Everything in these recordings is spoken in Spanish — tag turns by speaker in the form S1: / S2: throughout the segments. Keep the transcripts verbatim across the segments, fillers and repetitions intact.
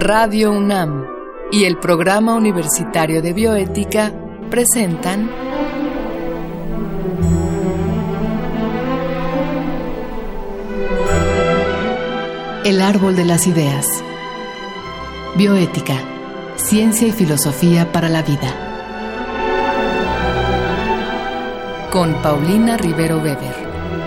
S1: Radio UNAM y el Programa Universitario de Bioética presentan El Árbol de las Ideas. Bioética, ciencia y filosofía para la vida. Con Paulina Rivero Weber.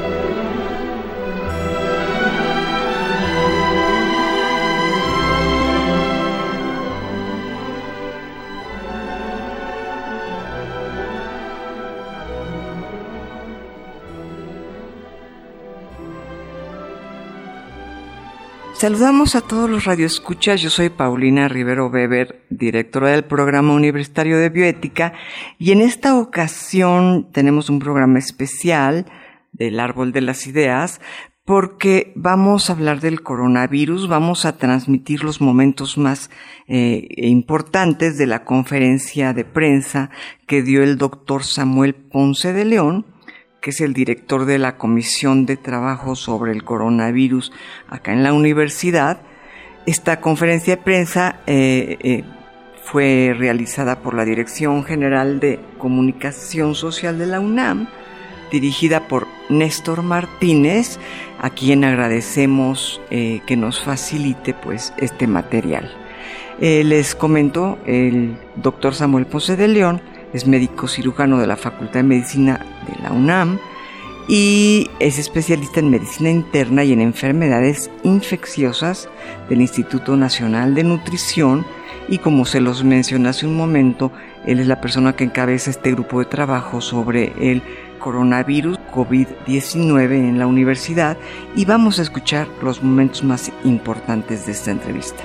S2: Saludamos a todos los radioescuchas. Yo soy Paulina Rivero Weber, directora del Programa Universitario de Bioética, y en esta ocasión tenemos un programa especial del Árbol de las Ideas porque vamos a hablar del coronavirus, vamos a transmitir los momentos más eh, importantes de la conferencia de prensa que dio el doctor Samuel Ponce de León, que es el director de la Comisión de Trabajo sobre el Coronavirus acá en la universidad. Esta conferencia de prensa eh, eh, fue realizada por la Dirección General de Comunicación Social de la UNAM, dirigida por Néstor Martínez, a quien agradecemos eh, que nos facilite pues este material. Eh, les comento, el doctor Samuel Ponce de León es médico cirujano de la Facultad de Medicina de la UNAM y es especialista en medicina interna y en enfermedades infecciosas del Instituto Nacional de Nutrición, y como se los mencioné hace un momento, él es la persona que encabeza este grupo de trabajo sobre el coronavirus COVID diecinueve en la universidad, y vamos a escuchar los momentos más importantes de esta entrevista.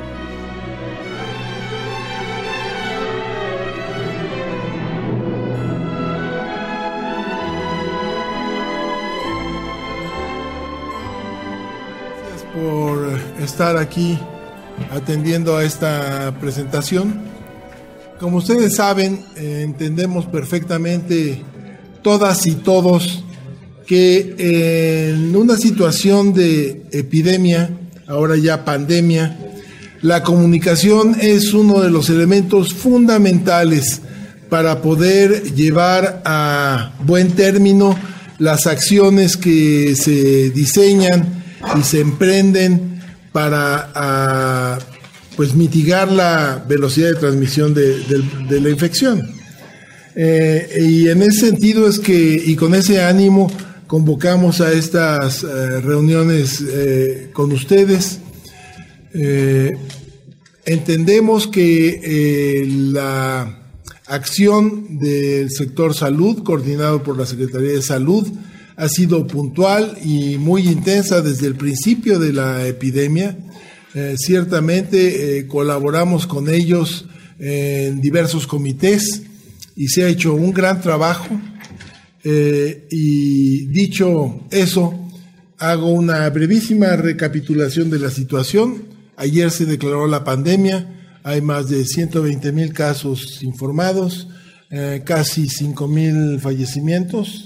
S3: Por estar aquí atendiendo a esta presentación. Como ustedes saben, eh, entendemos perfectamente todas y todos que eh, en una situación de epidemia, ahora ya pandemia, la comunicación es uno de los elementos fundamentales para poder llevar a buen término las acciones que se diseñan y se emprenden para a, pues mitigar la velocidad de transmisión de, de, de la infección. Eh, y en ese sentido es que, y con ese ánimo, convocamos a estas eh, reuniones eh, con ustedes. Eh, entendemos que eh, la acción del sector salud, coordinado por la Secretaría de Salud, ha sido puntual y muy intensa desde el principio de la epidemia. Eh, ciertamente eh, colaboramos con ellos en diversos comités y se ha hecho un gran trabajo. Eh, y dicho eso, hago una brevísima recapitulación de la situación. Ayer se declaró la pandemia, hay más de ciento veinte mil casos informados, eh, casi cinco mil fallecimientos.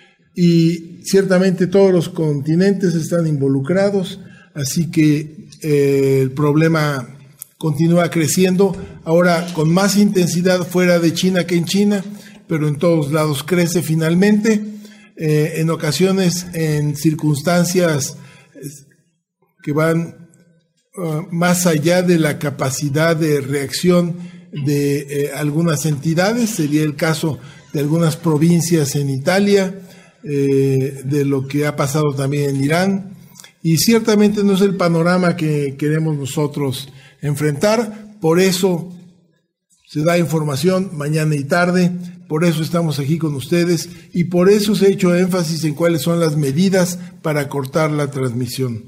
S3: Y ciertamente todos los continentes están involucrados, así que eh, el problema continúa creciendo, ahora con más intensidad fuera de China que en China, pero en todos lados crece finalmente, eh, en ocasiones en circunstancias que van uh, más allá de la capacidad de reacción de eh, algunas entidades. Sería el caso de algunas provincias en Italia, Eh, de lo que ha pasado también en Irán, y ciertamente no es el panorama que queremos nosotros enfrentar. Por eso se da información mañana y tarde, por eso estamos aquí con ustedes y por eso se ha hecho énfasis en cuáles son las medidas para cortar la transmisión.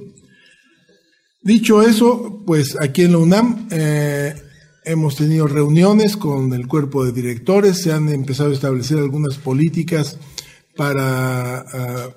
S3: Dicho eso, pues aquí en la UNAM eh, hemos tenido reuniones con el cuerpo de directores, se han empezado a establecer algunas políticas para uh,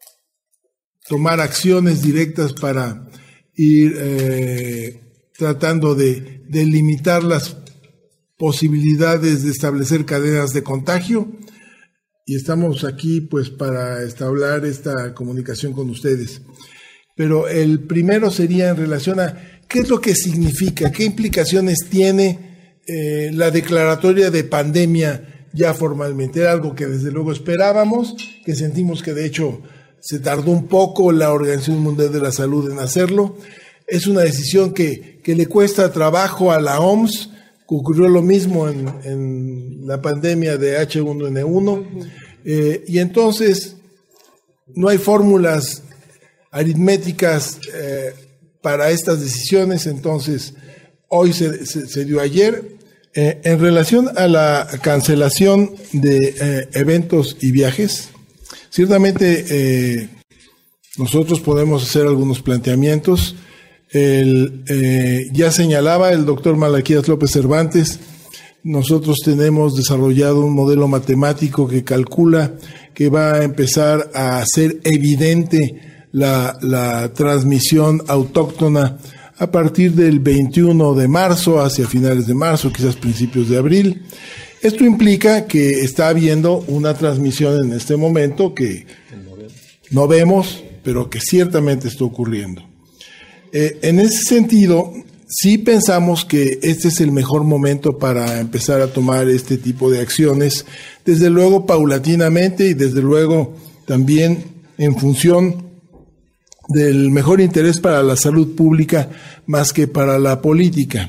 S3: tomar acciones directas para ir eh, tratando de, de limitar las posibilidades de establecer cadenas de contagio, y estamos aquí pues para establecer esta comunicación con ustedes. Pero el primero sería en relación a ¿qué es lo que significa? ¿Qué implicaciones tiene eh, la declaratoria de pandemia ya formalmente? Era algo que desde luego esperábamos, que sentimos que de hecho se tardó un poco la Organización Mundial de la Salud en hacerlo. Es una decisión que, que le cuesta trabajo a la O M S. Ocurrió lo mismo en, en la pandemia de H uno N uno. Eh, y entonces no hay fórmulas aritméticas eh, para estas decisiones. Entonces hoy se, se, se dio ayer. Eh, en relación a la cancelación de eh, eventos y viajes, ciertamente eh, nosotros podemos hacer algunos planteamientos. El, eh, ya señalaba el doctor Malaquías López Cervantes, nosotros tenemos desarrollado un modelo matemático que calcula que va a empezar a hacer evidente la, la transmisión autóctona a partir del veintiuno de marzo, hacia finales de marzo, quizás principios de abril. Esto implica que está habiendo una transmisión en este momento que no vemos, pero que ciertamente está ocurriendo. Eh, en ese sentido, sí pensamos que este es el mejor momento para empezar a tomar este tipo de acciones, desde luego paulatinamente y desde luego también en función del mejor interés para la salud pública más que para la política.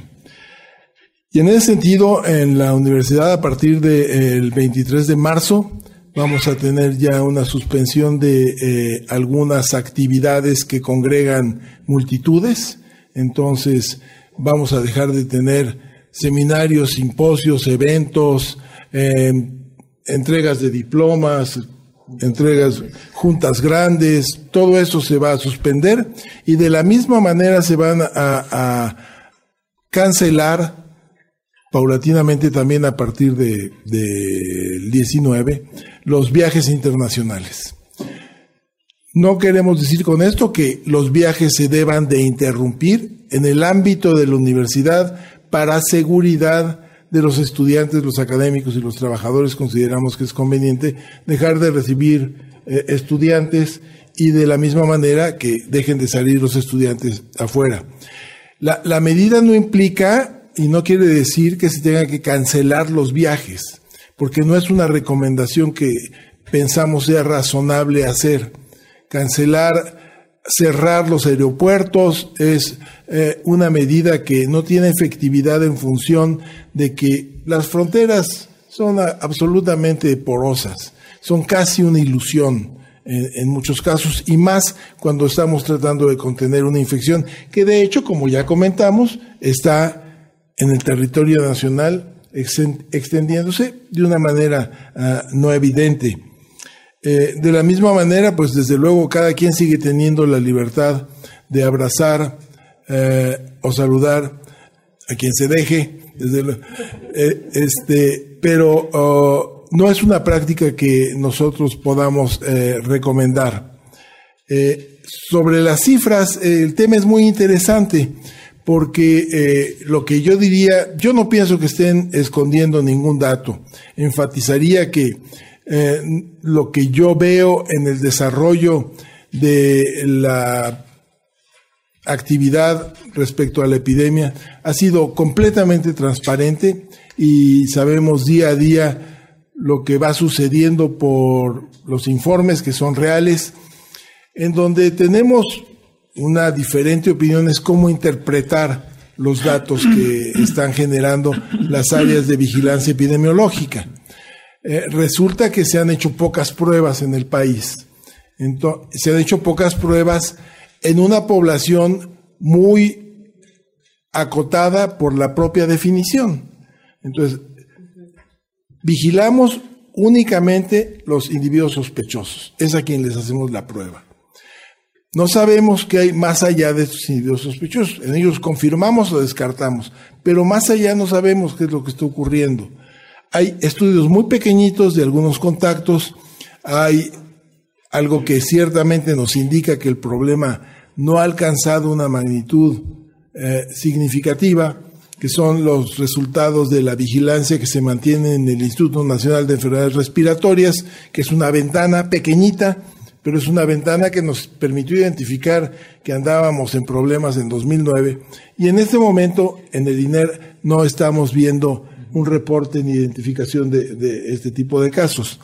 S3: Y en ese sentido, en la universidad, a partir del veintitrés de marzo, vamos a tener ya una suspensión de eh, algunas actividades que congregan multitudes. Entonces, vamos a dejar de tener seminarios, simposios, eventos, eh, entregas de diplomas, entregas, juntas grandes, todo eso se va a suspender y de la misma manera se van a, a cancelar paulatinamente también a partir de, de diecinueve los viajes internacionales. No queremos decir con esto que los viajes se deban de interrumpir en el ámbito de la universidad para seguridad de los estudiantes, los académicos y los trabajadores. Consideramos que es conveniente dejar de recibir eh, estudiantes y de la misma manera que dejen de salir los estudiantes afuera. La, la medida no implica y no quiere decir que se tengan que cancelar los viajes, porque no es una recomendación que pensamos sea razonable hacer. Cancelar, cerrar los aeropuertos es eh, una medida que no tiene efectividad en función de que las fronteras son a, absolutamente porosas, son casi una ilusión en, en muchos casos, y más cuando estamos tratando de contener una infección que de hecho, como ya comentamos, está en el territorio nacional extendiéndose de una manera uh, no evidente. Eh, de la misma manera, pues desde luego cada quien sigue teniendo la libertad de abrazar eh, o saludar a quien se deje, desde lo, eh, este, pero uh, no es una práctica que nosotros podamos eh, recomendar. Eh, sobre las cifras, eh, el tema es muy interesante, porque eh, lo que yo diría, yo no pienso que estén escondiendo ningún dato. Enfatizaría que eh, lo que yo veo en el desarrollo de la actividad respecto a la epidemia ha sido completamente transparente y sabemos día a día lo que va sucediendo por los informes que son reales, en donde tenemos una diferente opinión es cómo interpretar los datos que están generando las áreas de vigilancia epidemiológica. Eh, resulta que se han hecho pocas pruebas en el país. Entonces, se han hecho pocas pruebas en una población muy acotada por la propia definición. Entonces, vigilamos únicamente los individuos sospechosos. Es a quien les hacemos la prueba. No sabemos qué hay más allá de estos individuos sospechosos. En ellos confirmamos o descartamos, pero más allá no sabemos qué es lo que está ocurriendo. Hay estudios muy pequeñitos de algunos contactos, hay algo que ciertamente nos indica que el problema no ha alcanzado una magnitud eh, significativa, que son los resultados de la vigilancia que se mantiene en el Instituto Nacional de Enfermedades Respiratorias, que es una ventana pequeñita, pero es una ventana que nos permitió identificar que andábamos en problemas en dos mil nueve, y en este momento en el I N E R no estamos viendo un reporte ni identificación de, de este tipo de casos.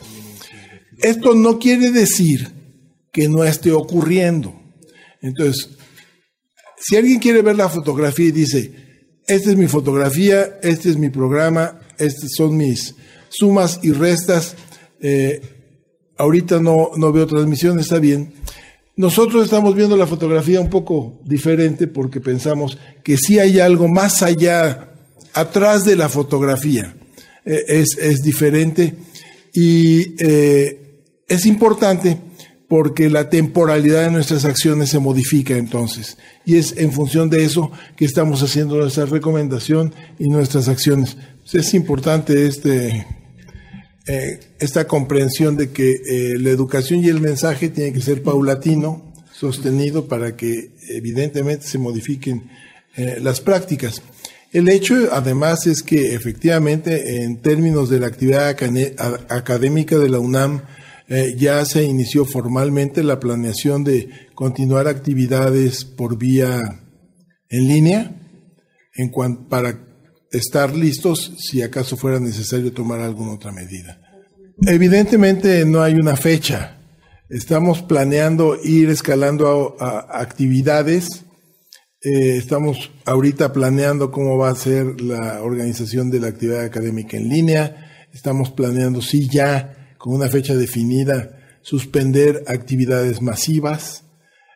S3: Esto no quiere decir que no esté ocurriendo. Entonces, si alguien quiere ver la fotografía y dice, esta es mi fotografía, este es mi programa, estas son mis sumas y restas, eh, ahorita no, no veo transmisión, está bien. Nosotros estamos viendo la fotografía un poco diferente porque pensamos que sí hay algo más allá, atrás de la fotografía. Eh, es, es diferente y eh, es importante porque la temporalidad de nuestras acciones se modifica entonces. Y es en función de eso que estamos haciendo nuestra recomendación y nuestras acciones. Es importante este... Eh, esta comprensión de que eh, la educación y el mensaje tiene que ser paulatino, sostenido, para que evidentemente se modifiquen eh, las prácticas. El hecho, además, es que efectivamente, en términos de la actividad académica de la UNAM, eh, ya se inició formalmente la planeación de continuar actividades por vía en línea, en cuanto, para estar listos si acaso fuera necesario tomar alguna otra medida. Evidentemente no hay una fecha. Estamos planeando ir escalando a, a actividades. Eh, estamos ahorita planeando cómo va a ser la organización de la actividad académica en línea. Estamos planeando, sí, ya con una fecha definida, suspender actividades masivas.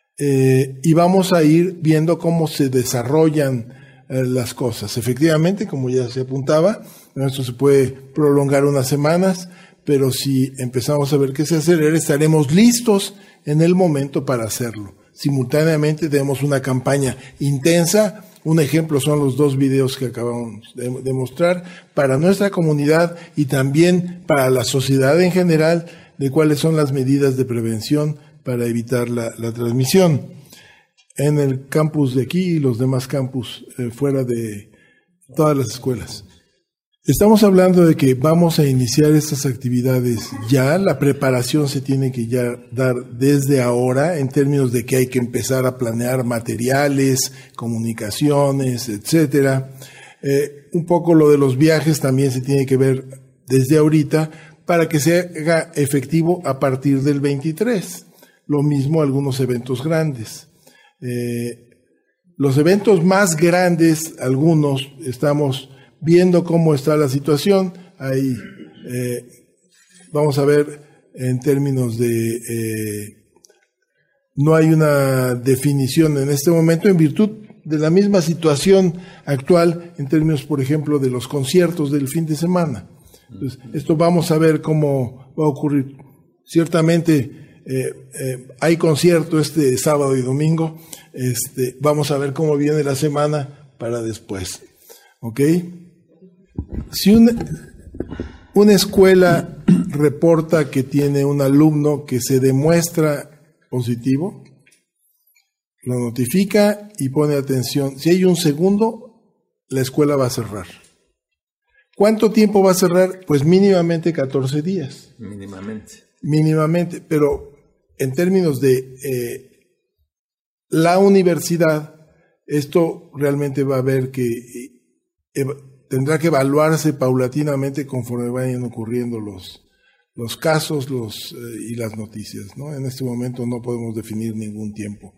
S3: Eh, y vamos a ir viendo cómo se desarrollan las cosas. Efectivamente, como ya se apuntaba, esto se puede prolongar unas semanas, pero si empezamos a ver que se acelera, estaremos listos en el momento para hacerlo. Simultáneamente tenemos una campaña intensa. Un ejemplo son los dos videos que acabamos de, de mostrar para nuestra comunidad y también para la sociedad en general, de cuáles son las medidas de prevención para evitar la, la transmisión. En el campus de aquí y los demás campus eh, fuera de todas las escuelas. Estamos hablando de que vamos a iniciar estas actividades ya. La preparación se tiene que ya dar desde ahora, en términos de que hay que empezar a planear materiales, comunicaciones, etcétera. Eh, un poco lo de los viajes también se tiene que ver desde ahorita para que se haga efectivo a partir del veintitrés. Lo mismo algunos eventos grandes. Eh, los eventos más grandes, algunos, estamos viendo cómo está la situación. Ahí eh, vamos a ver en términos de eh, no hay una definición en este momento en virtud de la misma situación actual en términos, por ejemplo, de los conciertos del fin de semana. Entonces, esto vamos a ver cómo va a ocurrir. Ciertamente Eh, eh, hay concierto este sábado y domingo. Este, vamos a ver cómo viene la semana para después. ¿Ok? Si un, una escuela reporta que tiene un alumno que se demuestra positivo, lo notifica y pone atención. Si hay un segundo, la escuela va a cerrar. ¿Cuánto tiempo va a cerrar? Pues mínimamente catorce días.
S4: Mínimamente. Mínimamente,
S3: pero en términos de eh, la universidad, esto realmente va a haber que, eh, tendrá que evaluarse paulatinamente conforme vayan ocurriendo los, los casos los, eh, y las noticias, ¿no? En este momento no podemos definir ningún tiempo.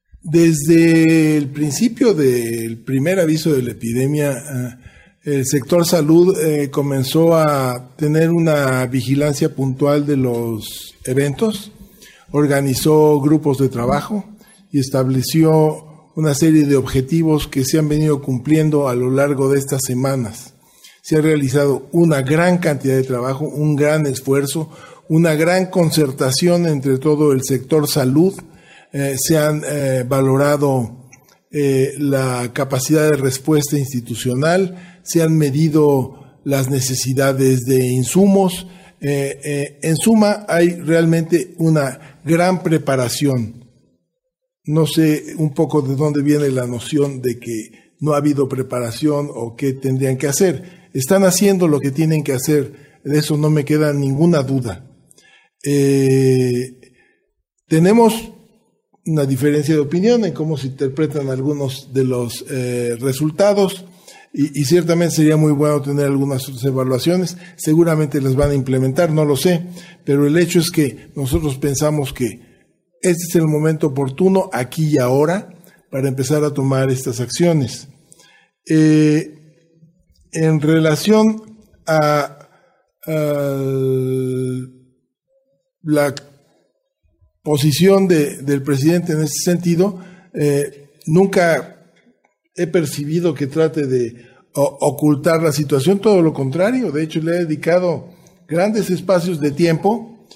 S3: Desde el principio del primer aviso de la epidemia, eh, el sector salud eh, comenzó a tener una vigilancia puntual de los eventos, organizó grupos de trabajo y estableció una serie de objetivos que se han venido cumpliendo a lo largo de estas semanas. Se ha realizado una gran cantidad de trabajo, un gran esfuerzo, una gran concertación entre todo el sector salud. Eh, se han eh, valorado eh, la capacidad de respuesta institucional, se han medido las necesidades de insumos. Eh, eh, en suma, hay realmente una gran preparación. No sé un poco de dónde viene la noción de que no ha habido preparación o qué tendrían que hacer. Están haciendo lo que tienen que hacer, de eso no me queda ninguna duda. Eh, tenemos una diferencia de opinión en cómo se interpretan algunos de los eh, resultados y, y ciertamente sería muy bueno tener algunas otras evaluaciones. Seguramente las van a implementar, no lo sé, pero el hecho es que nosotros pensamos que este es el momento oportuno, aquí y ahora, para empezar a tomar estas acciones. Eh, en relación a, a la posición de, del presidente en ese sentido, eh, nunca he percibido que trate de o, ocultar la situación, todo lo contrario. De hecho, le he dedicado grandes espacios de tiempo,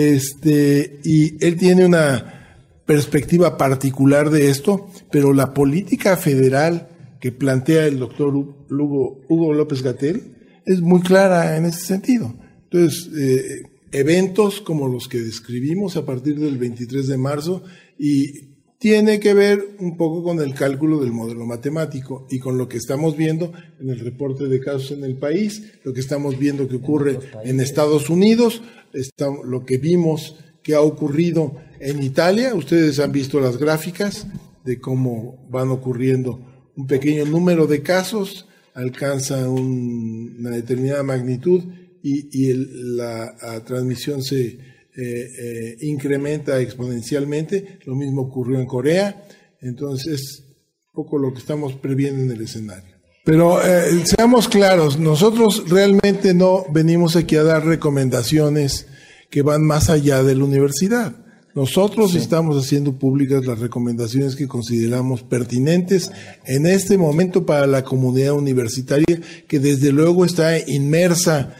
S3: este, y él tiene una perspectiva particular de esto, pero la política federal que plantea el doctor Hugo, Hugo López-Gatell es muy clara en ese sentido. Entonces, eh, eventos como los que describimos a partir del veintitrés de marzo y tiene que ver un poco con el cálculo del modelo matemático y con lo que estamos viendo en el reporte de casos en el país, lo que estamos viendo que ocurre en Estados Unidos, está, lo que vimos que ha ocurrido en Italia. Ustedes han visto las gráficas de cómo van ocurriendo un pequeño número de casos, alcanza un, una determinada magnitud y, y el, la, la transmisión se eh, eh, incrementa exponencialmente. Lo mismo ocurrió en Corea. Entonces, es un poco lo que estamos previendo en el escenario. Pero eh, seamos claros, nosotros realmente no venimos aquí a dar recomendaciones que van más allá de la universidad. Nosotros sí estamos haciendo públicas las recomendaciones que consideramos pertinentes en este momento para la comunidad universitaria, que desde luego está inmersa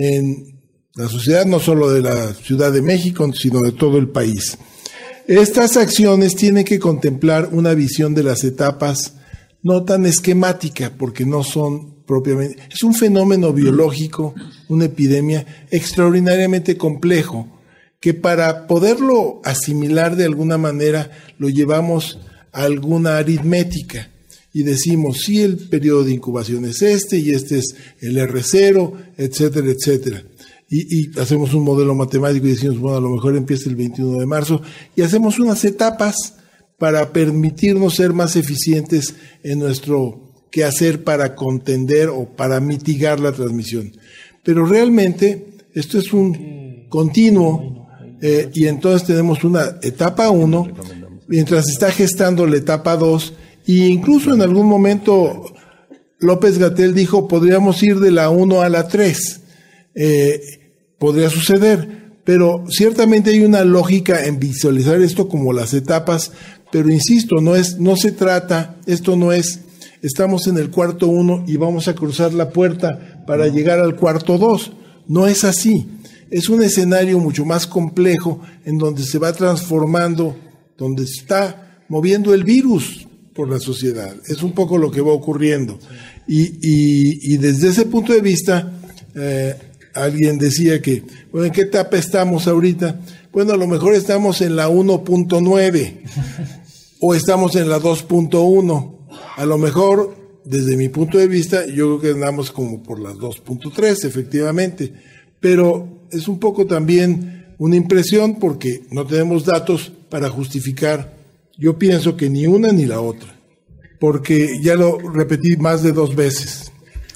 S3: en la sociedad, no solo de la Ciudad de México, sino de todo el país. Estas acciones tienen que contemplar una visión de las etapas no tan esquemática, porque no son propiamente... Es un fenómeno biológico, una epidemia extraordinariamente complejo, que para poderlo asimilar de alguna manera lo llevamos a alguna aritmética y decimos, sí, el periodo de incubación es este y este es el erre cero, etcétera, etcétera. Y, y hacemos un modelo matemático y decimos, bueno, a lo mejor empieza el veintiuno de marzo y hacemos unas etapas para permitirnos ser más eficientes en nuestro quehacer para contender o para mitigar la transmisión. Pero realmente esto es un continuo. Eh, y entonces tenemos una etapa uno, mientras está gestando la etapa dos, e incluso en algún momento López-Gatell dijo, podríamos ir de la uno a la tres, eh, podría suceder, pero ciertamente hay una lógica en visualizar esto como las etapas, pero insisto, no es, no se trata, esto no es, estamos en el cuarto uno y vamos a cruzar la puerta para llegar al cuarto dos, no es así. Es un escenario mucho más complejo en donde se va transformando, donde se está moviendo el virus por la sociedad. Es un poco lo que va ocurriendo. Y, y, y desde ese punto de vista, eh, alguien decía que, bueno, ¿en qué etapa estamos ahorita? Bueno, a lo mejor estamos en la uno punto nueve o estamos en la dos punto uno. A lo mejor, desde mi punto de vista, yo creo que andamos como por la dos punto tres, efectivamente. Pero es un poco también una impresión porque no tenemos datos para justificar, yo pienso que ni una ni la otra, porque ya lo repetí más de dos veces.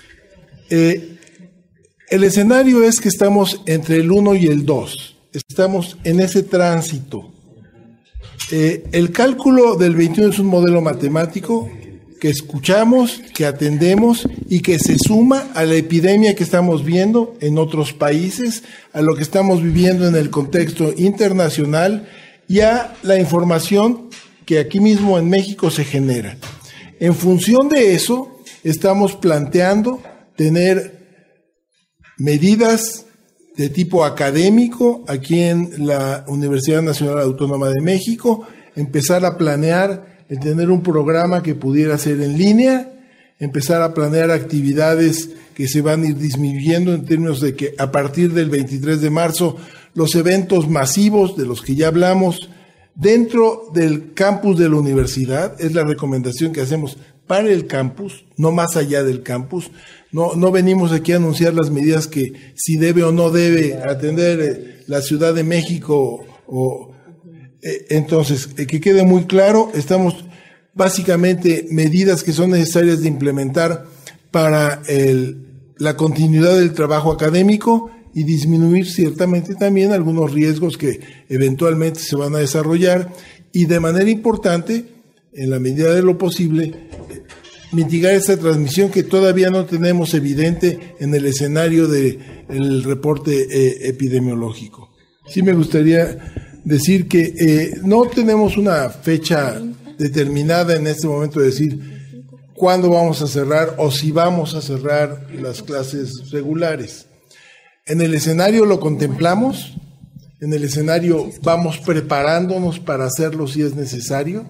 S3: Eh, el escenario es que estamos entre el uno y el dos, estamos en ese tránsito. Eh, el cálculo del veintiuno es un modelo matemático que escuchamos, que atendemos y que se suma a la epidemia que estamos viendo en otros países, a lo que estamos viviendo en el contexto internacional y a la información que aquí mismo en México se genera. En función de eso, estamos planteando tener medidas de tipo académico aquí en la Universidad Nacional Autónoma de México, empezar a planear el tener un programa que pudiera ser en línea, empezar a planear actividades que se van a ir disminuyendo en términos de que a partir del veintitrés de marzo los eventos masivos de los que ya hablamos dentro del campus de la universidad, es la recomendación que hacemos para el campus, no más allá del campus. No, no venimos aquí a anunciar las medidas que si debe o no debe atender la Ciudad de México o Eh, entonces, eh, que quede muy claro, estamos básicamente medidas que son necesarias de implementar para el, la continuidad del trabajo académico y disminuir ciertamente también algunos riesgos que eventualmente se van a desarrollar y de manera importante, en la medida de lo posible, mitigar esta transmisión que todavía no tenemos evidente en el escenario del reporte eh, epidemiológico. Sí me gustaría decir que eh, no tenemos una fecha determinada en este momento de decir cuándo vamos a cerrar o si vamos a cerrar las clases regulares. En el escenario lo contemplamos, en el escenario vamos preparándonos para hacerlo si es necesario.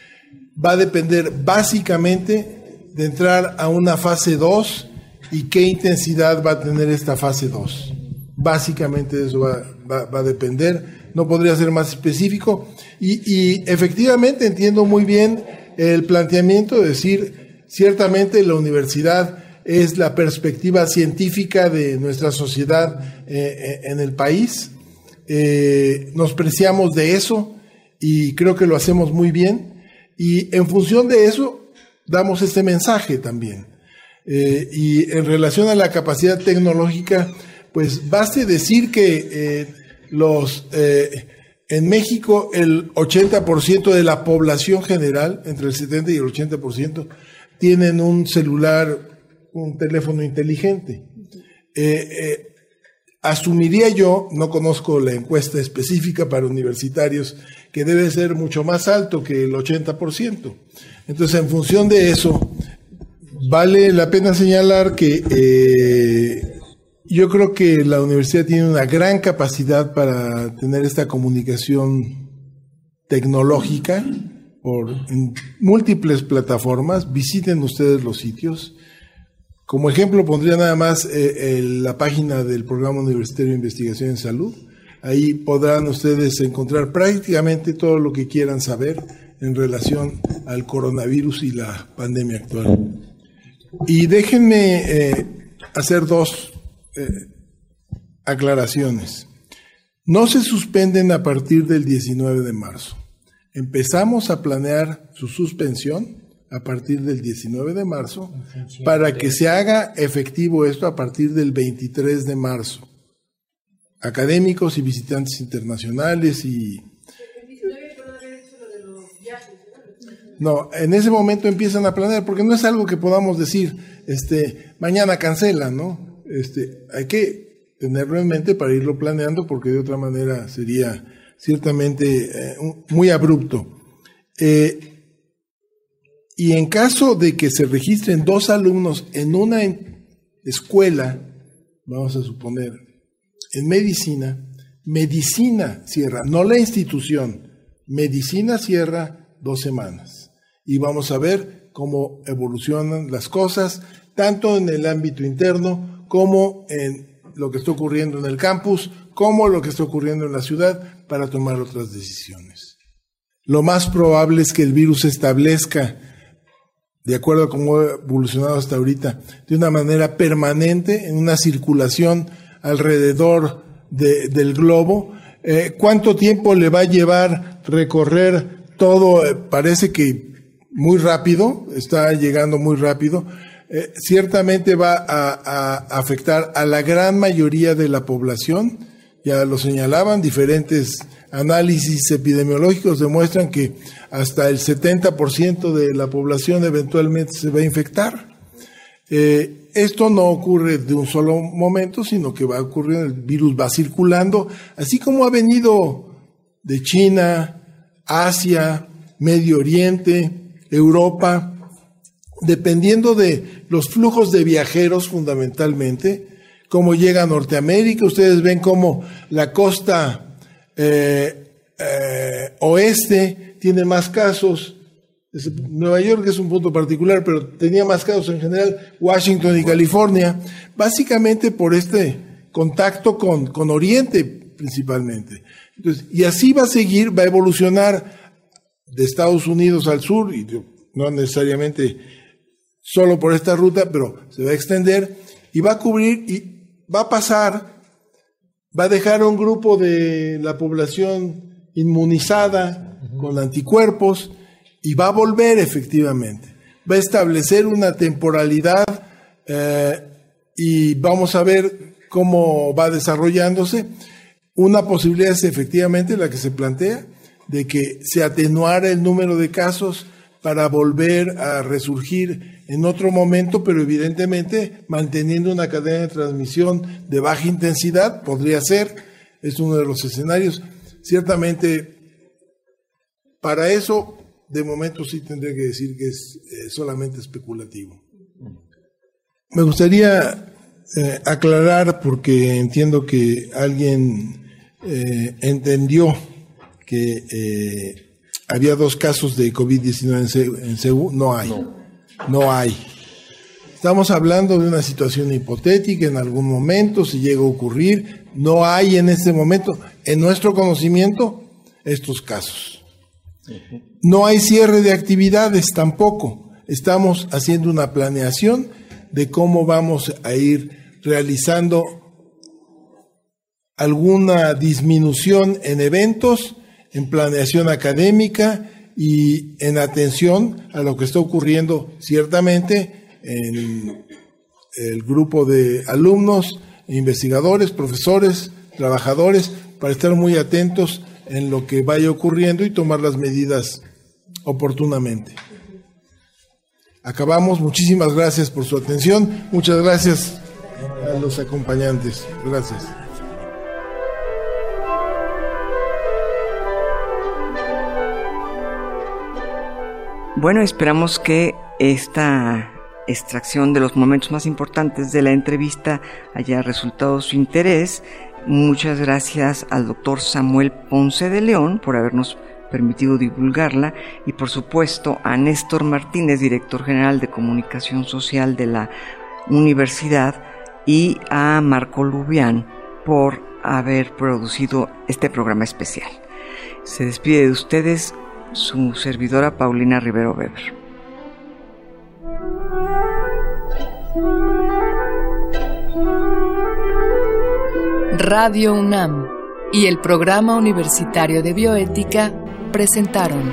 S3: Va a depender básicamente de entrar a una fase dos y qué intensidad va a tener esta fase dos. Básicamente de eso va, va, va a depender, no podría ser más específico. Y, y efectivamente entiendo muy bien el planteamiento de decir, ciertamente la universidad es la perspectiva científica de nuestra sociedad eh, en el país. Eh, nos preciamos de eso y creo que lo hacemos muy bien. Y en función de eso, damos este mensaje también. Eh, y en relación a la capacidad tecnológica, pues baste decir que eh, los eh, en México el ochenta por ciento de la población general, entre el setenta y el ochenta por ciento, tienen un celular, un teléfono inteligente. Eh, eh, asumiría yo, no conozco la encuesta específica para universitarios, que debe ser mucho más alto que el ochenta por ciento. Entonces, en función de eso, vale la pena señalar que eh, yo creo que la universidad tiene una gran capacidad para tener esta comunicación tecnológica por en múltiples plataformas. Visiten ustedes los sitios. Como ejemplo, pondría nada más eh, el, la página del Programa Universitario de Investigación en Salud. Ahí podrán ustedes encontrar prácticamente todo lo que quieran saber en relación al coronavirus y la pandemia actual. Y déjenme eh, hacer dos eh, aclaraciones. No se suspenden a partir del diecinueve de marzo. Empezamos a planear su suspensión a partir del diecinueve de marzo para que se haga efectivo esto a partir del veintitrés de marzo. Académicos y visitantes internacionales y... No, en ese momento empiezan a planear, porque no es algo que podamos decir, este, mañana cancela, ¿no? Este, hay que tenerlo en mente para irlo planeando, porque de otra manera sería ciertamente eh, muy abrupto. Eh, y en caso de que se registren dos alumnos en una escuela, vamos a suponer, en medicina, medicina cierra, no la institución, medicina cierra dos semanas. Y vamos a ver cómo evolucionan las cosas, tanto en el ámbito interno como en lo que está ocurriendo en el campus, como lo que está ocurriendo en la ciudad, para tomar otras decisiones. Lo más probable es que el virus se establezca, de acuerdo a cómo ha evolucionado hasta ahorita, de una manera permanente, en una circulación alrededor de, del globo. Eh, ¿Cuánto tiempo le va a llevar recorrer todo? Eh, parece que muy rápido, está llegando muy rápido. Eh, ciertamente va a, a afectar a la gran mayoría de la población. Ya lo señalaban, diferentes análisis epidemiológicos demuestran que hasta el setenta por ciento de la población eventualmente se va a infectar. Eh, esto no ocurre de un solo momento, sino que va a ocurrir, el virus va circulando, así como ha venido de China, Asia, Medio Oriente, Europa, dependiendo de los flujos de viajeros fundamentalmente, cómo llega a Norteamérica. Ustedes ven cómo la costa eh, eh, oeste tiene más casos. Nueva York es un punto particular, pero tenía más casos en general, Washington y California, básicamente por este contacto con, con Oriente principalmente. Entonces, y así va a seguir, va a evolucionar de Estados Unidos al sur, y no necesariamente solo por esta ruta, pero se va a extender y va a cubrir y va a pasar, va a dejar un grupo de la población inmunizada uh-huh. con anticuerpos y va a volver efectivamente. Va a establecer una temporalidad eh, y vamos a ver cómo va desarrollándose. Una posibilidad es efectivamente la que se plantea, de que se atenuara el número de casos para volver a resurgir en otro momento, pero evidentemente manteniendo una cadena de transmisión de baja intensidad, podría ser, es uno de los escenarios. Ciertamente, para eso, de momento sí tendría que decir que es eh, solamente especulativo. Me gustaría eh, aclarar, porque entiendo que alguien eh, entendió que eh, había dos casos de COVID diecinueve en, C en C U, no hay, no. no hay. Estamos hablando de una situación hipotética en algún momento, si llega a ocurrir, no hay en este momento, en nuestro conocimiento, estos casos. No hay cierre de actividades tampoco, estamos haciendo una planeación de cómo vamos a ir realizando alguna disminución en eventos, en planeación académica y en atención a lo que está ocurriendo ciertamente en el grupo de alumnos, investigadores, profesores, trabajadores, para estar muy atentos en lo que vaya ocurriendo y tomar las medidas oportunamente. Acabamos. Muchísimas gracias por su atención. Muchas gracias a los acompañantes. Gracias.
S2: Bueno, esperamos que esta extracción de los momentos más importantes de la entrevista haya resultado de su interés. Muchas gracias al doctor Samuel Ponce de León por habernos permitido divulgarla y por supuesto a Néstor Martínez, director general de Comunicación Social de la Universidad, y a Marco Lubián por haber producido este programa especial. Se despide de ustedes su servidora Paulina Rivero Weber.
S1: Radio UNAM y el Programa Universitario de Bioética presentaron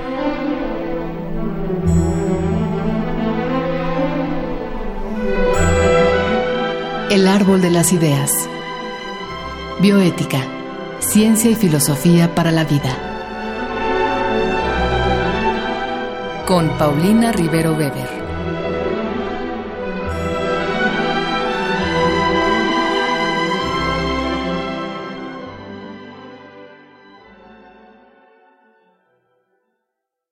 S1: El Árbol de las Ideas. Bioética, ciencia y filosofía para la vida. Con Paulina Rivero Weber.